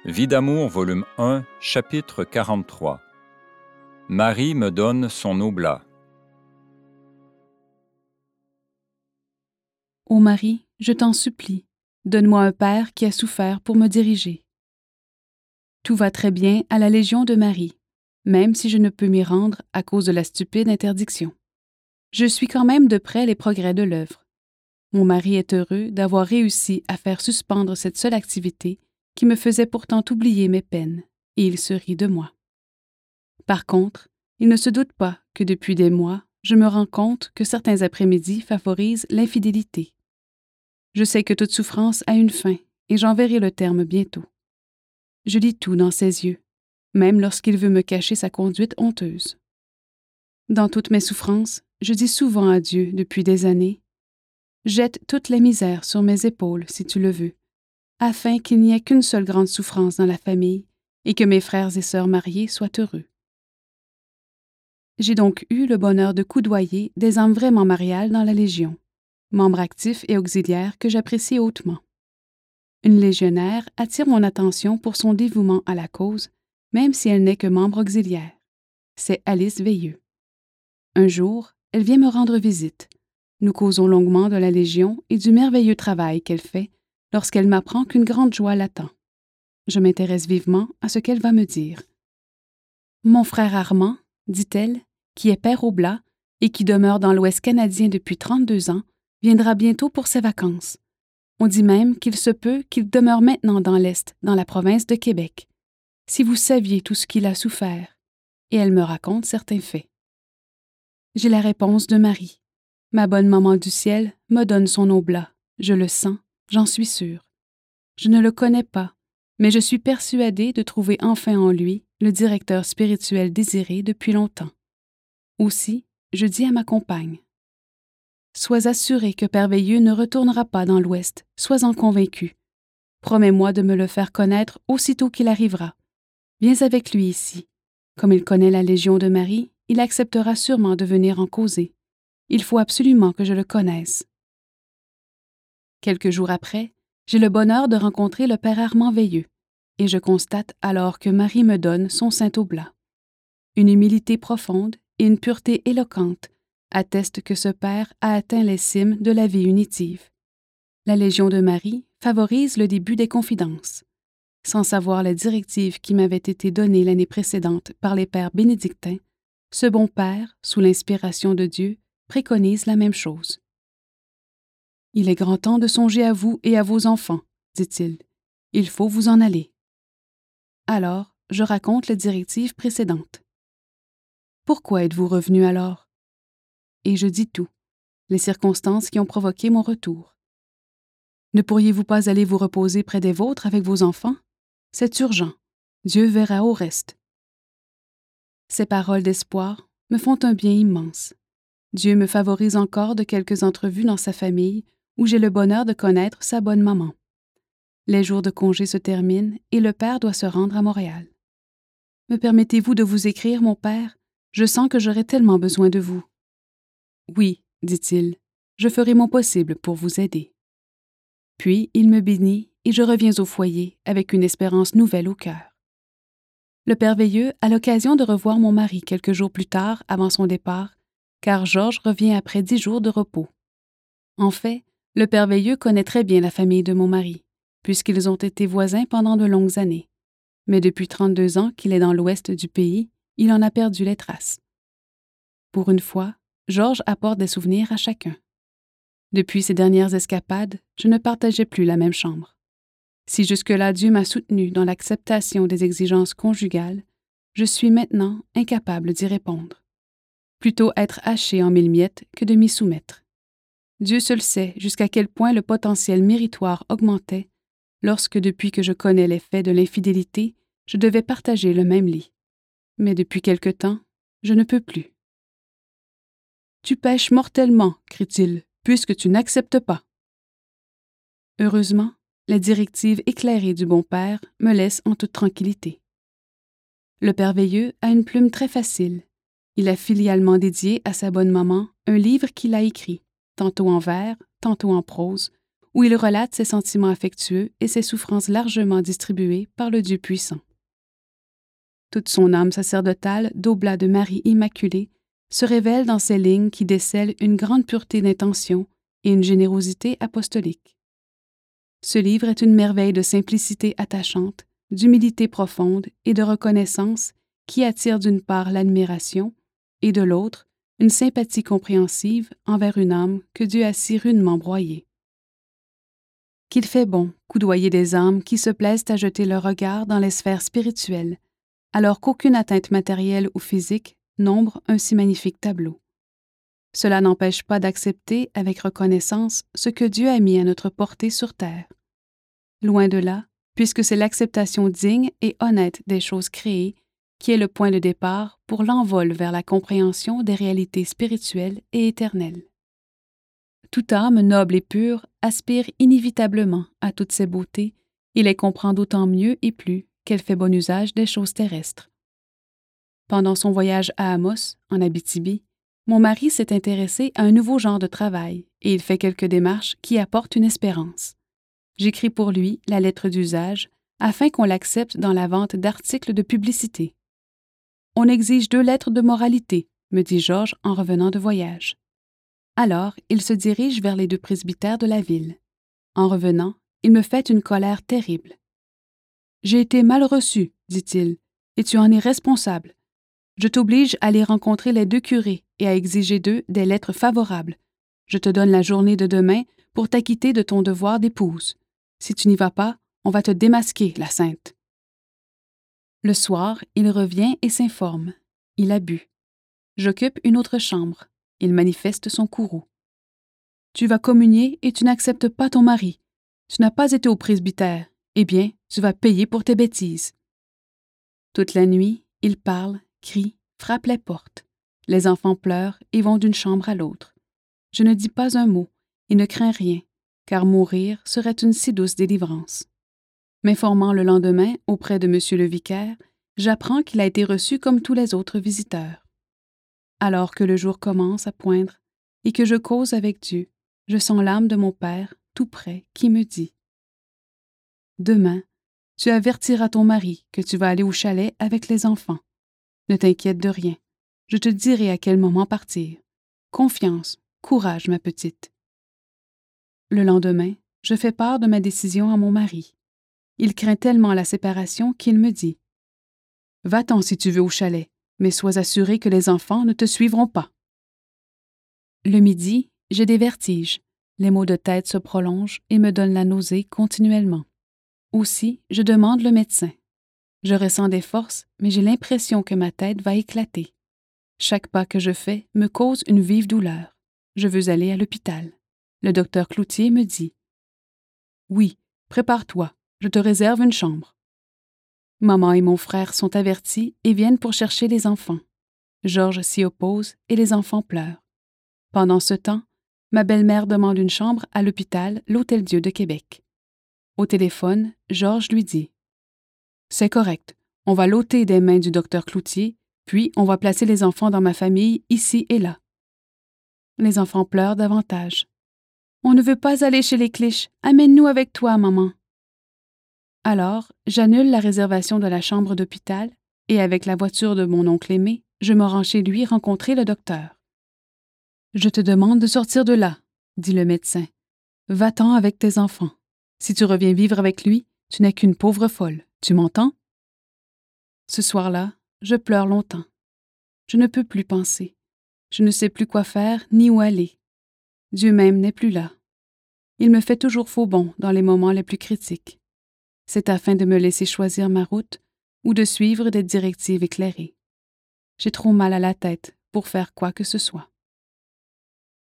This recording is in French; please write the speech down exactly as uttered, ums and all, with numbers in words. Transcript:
Vie d'amour, volume un, chapitre quarante-trois. Marie me donne son oblat. Ô Marie, je t'en supplie, donne-moi un père qui a souffert pour me diriger. Tout va très bien à la Légion de Marie, même si je ne peux m'y rendre à cause de la stupide interdiction. Je suis quand même de près les progrès de l'œuvre. Mon mari est heureux d'avoir réussi à faire suspendre cette seule activité qui me faisait pourtant oublier mes peines, et il se rit de moi. Par contre, il ne se doute pas que depuis des mois, je me rends compte que certains après-midi favorisent l'infidélité. Je sais que toute souffrance a une fin, et j'en verrai le terme bientôt. Je lis tout dans ses yeux, même lorsqu'il veut me cacher sa conduite honteuse. Dans toutes mes souffrances, je dis souvent à Dieu depuis des années: jette toutes les misères sur mes épaules, si tu le veux, afin qu'il n'y ait qu'une seule grande souffrance dans la famille et que mes frères et sœurs mariés soient heureux. J'ai donc eu le bonheur de coudoyer des âmes vraiment mariales dans la Légion, membres actifs et auxiliaires que j'apprécie hautement. Une légionnaire attire mon attention pour son dévouement à la cause, même si elle n'est que membre auxiliaire. C'est Alice Veilleux. Un jour, elle vient me rendre visite. Nous causons longuement de la Légion et du merveilleux travail qu'elle fait lorsqu'elle m'apprend qu'une grande joie l'attend. Je m'intéresse vivement à ce qu'elle va me dire. Mon frère Armand, dit-elle, qui est père Oblat et qui demeure dans l'Ouest canadien depuis trente-deux ans, viendra bientôt pour ses vacances. On dit même qu'il se peut qu'il demeure maintenant dans l'Est, dans la province de Québec. Si vous saviez tout ce qu'il a souffert. Et elle me raconte certains faits. J'ai la réponse de Marie. Ma bonne maman du ciel me donne son oblat. Je le sens, j'en suis sûre. Je ne le connais pas, mais je suis persuadée de trouver enfin en lui le directeur spirituel désiré depuis longtemps. Aussi, je dis à ma compagne: sois assurée que Père Veilleux ne retournera pas dans l'Ouest, sois-en convaincue. Promets-moi de me le faire connaître aussitôt qu'il arrivera. Viens avec lui ici. Comme il connaît la Légion de Marie, il acceptera sûrement de venir en causer. Il faut absolument que je le connaisse. Quelques jours après, j'ai le bonheur de rencontrer le Père Armand Veilleux, et je constate alors que Marie me donne son saint oblat. Une humilité profonde et une pureté éloquente attestent que ce Père a atteint les cimes de la vie unitive. La Légion de Marie favorise le début des confidences. Sans savoir les directives qui m'avaient été données l'année précédente par les pères bénédictins, ce bon Père, sous l'inspiration de Dieu, préconise la même chose. « Il est grand temps de songer à vous et à vos enfants, dit-il. Il faut vous en aller. » Alors, je raconte les directives précédentes. « Pourquoi êtes-vous revenu alors? » Et je dis tout, les circonstances qui ont provoqué mon retour. « Ne pourriez-vous pas aller vous reposer près des vôtres avec vos enfants? C'est urgent. Dieu verra au reste. » Ces paroles d'espoir me font un bien immense. Dieu me favorise encore de quelques entrevues dans sa famille où j'ai le bonheur de connaître sa bonne maman. Les jours de congé se terminent et le père doit se rendre à Montréal. « Me permettez-vous de vous écrire, mon père? Je sens que j'aurai tellement besoin de vous. »« Oui, dit-il, je ferai mon possible pour vous aider. » Puis il me bénit et je reviens au foyer avec une espérance nouvelle au cœur. Le Père Veilleux a l'occasion de revoir mon mari quelques jours plus tard avant son départ, car Georges revient après dix jours de repos. En fait, le Père Veilleux connaît très bien la famille de mon mari, puisqu'ils ont été voisins pendant de longues années. Mais depuis trente-deux ans qu'il est dans l'ouest du pays, il en a perdu les traces. Pour une fois, Georges apporte des souvenirs à chacun. Depuis ces dernières escapades, je ne partageais plus la même chambre. Si jusque-là Dieu m'a soutenu dans l'acceptation des exigences conjugales, je suis maintenant incapable d'y répondre. Plutôt être haché en mille miettes que de m'y soumettre. Dieu seul sait jusqu'à quel point le potentiel méritoire augmentait lorsque, depuis que je connais les faits de l'infidélité, je devais partager le même lit. Mais depuis quelque temps, je ne peux plus. « Tu pèches mortellement, crie-t-il, puisque tu n'acceptes pas. » Heureusement, les directives éclairées du bon Père me laissent en toute tranquillité. Le Père Veilleux a une plume très facile. Il a filialement dédié à sa bonne maman un livre qu'il a écrit, tantôt en vers, tantôt en prose, où il relate ses sentiments affectueux et ses souffrances largement distribuées par le Dieu puissant. Toute son âme sacerdotale d'Oblat de Marie Immaculée se révèle dans ces lignes qui décèlent une grande pureté d'intention et une générosité apostolique. Ce livre est une merveille de simplicité attachante, d'humilité profonde et de reconnaissance qui attire d'une part l'admiration et de l'autre une sympathie compréhensive envers une âme que Dieu a si rudement broyée. Qu'il fait bon coudoyer des âmes qui se plaisent à jeter leur regard dans les sphères spirituelles, alors qu'aucune atteinte matérielle ou physique n'ombre un si magnifique tableau. Cela n'empêche pas d'accepter avec reconnaissance ce que Dieu a mis à notre portée sur terre. Loin de là, puisque c'est l'acceptation digne et honnête des choses créées qui est le point de départ pour l'envol vers la compréhension des réalités spirituelles et éternelles. Toute âme noble et pure aspire inévitablement à toutes ces beautés et les comprend d'autant mieux et plus qu'elle fait bon usage des choses terrestres. Pendant son voyage à Amos, en Abitibi, mon mari s'est intéressé à un nouveau genre de travail et il fait quelques démarches qui apportent une espérance. J'écris pour lui la lettre d'usage afin qu'on l'accepte dans la vente d'articles de publicité. On exige deux lettres de moralité, me dit Georges en revenant de voyage. Alors, il se dirige vers les deux presbytères de la ville. En revenant, il me fait une colère terrible. « J'ai été mal reçu, dit-il, et tu en es responsable. Je t'oblige à aller rencontrer les deux curés et à exiger d'eux des lettres favorables. Je te donne la journée de demain pour t'acquitter de ton devoir d'épouse. Si tu n'y vas pas, on va te démasquer, la sainte. » Le soir, il revient et s'informe. Il a bu. J'occupe une autre chambre. Il manifeste son courroux. « Tu vas communier et tu n'acceptes pas ton mari. Tu n'as pas été au presbytère. Eh bien, tu vas payer pour tes bêtises. » Toute la nuit, il parle, crie, frappe les portes. Les enfants pleurent et vont d'une chambre à l'autre. Je ne dis pas un mot et ne crains rien, car mourir serait une si douce délivrance. M'informant le lendemain auprès de monsieur le vicaire, j'apprends qu'il a été reçu comme tous les autres visiteurs. Alors que le jour commence à poindre et que je cause avec Dieu, je sens l'âme de mon père, tout près, qui me dit « Demain, tu avertiras ton mari que tu vas aller au chalet avec les enfants. Ne t'inquiète de rien. Je te dirai à quel moment partir. Confiance, courage, ma petite. » Le lendemain, je fais part de ma décision à mon mari. Il craint tellement la séparation qu'il me dit « Va-t'en si tu veux au chalet, mais sois assuré que les enfants ne te suivront pas. » Le midi, j'ai des vertiges. Les maux de tête se prolongent et me donnent la nausée continuellement. Aussi, je demande le médecin. Je ressens des forces, mais j'ai l'impression que ma tête va éclater. Chaque pas que je fais me cause une vive douleur. Je veux aller à l'hôpital. Le docteur Cloutier me dit « Oui, prépare-toi, je te réserve une chambre. » Maman et mon frère sont avertis et viennent pour chercher les enfants. Georges s'y oppose et les enfants pleurent. Pendant ce temps, ma belle-mère demande une chambre à l'hôpital L'Hôtel-Dieu de Québec. Au téléphone, Georges lui dit « C'est correct, on va l'ôter des mains du docteur Cloutier, puis on va placer les enfants dans ma famille ici et là. » Les enfants pleurent davantage. « On ne veut pas aller chez les Clich, amène-nous avec toi, maman. » Alors, j'annule la réservation de la chambre d'hôpital et avec la voiture de mon oncle aimé, je me rends chez lui rencontrer le docteur. « Je te demande de sortir de là, » dit le médecin. « Va-t'en avec tes enfants. Si tu reviens vivre avec lui, tu n'es qu'une pauvre folle. Tu m'entends? » Ce soir-là, je pleure longtemps. Je ne peux plus penser. Je ne sais plus quoi faire ni où aller. Dieu même n'est plus là. Il me fait toujours faux bond dans les moments les plus critiques. C'est afin de me laisser choisir ma route ou de suivre des directives éclairées. J'ai trop mal à la tête pour faire quoi que ce soit.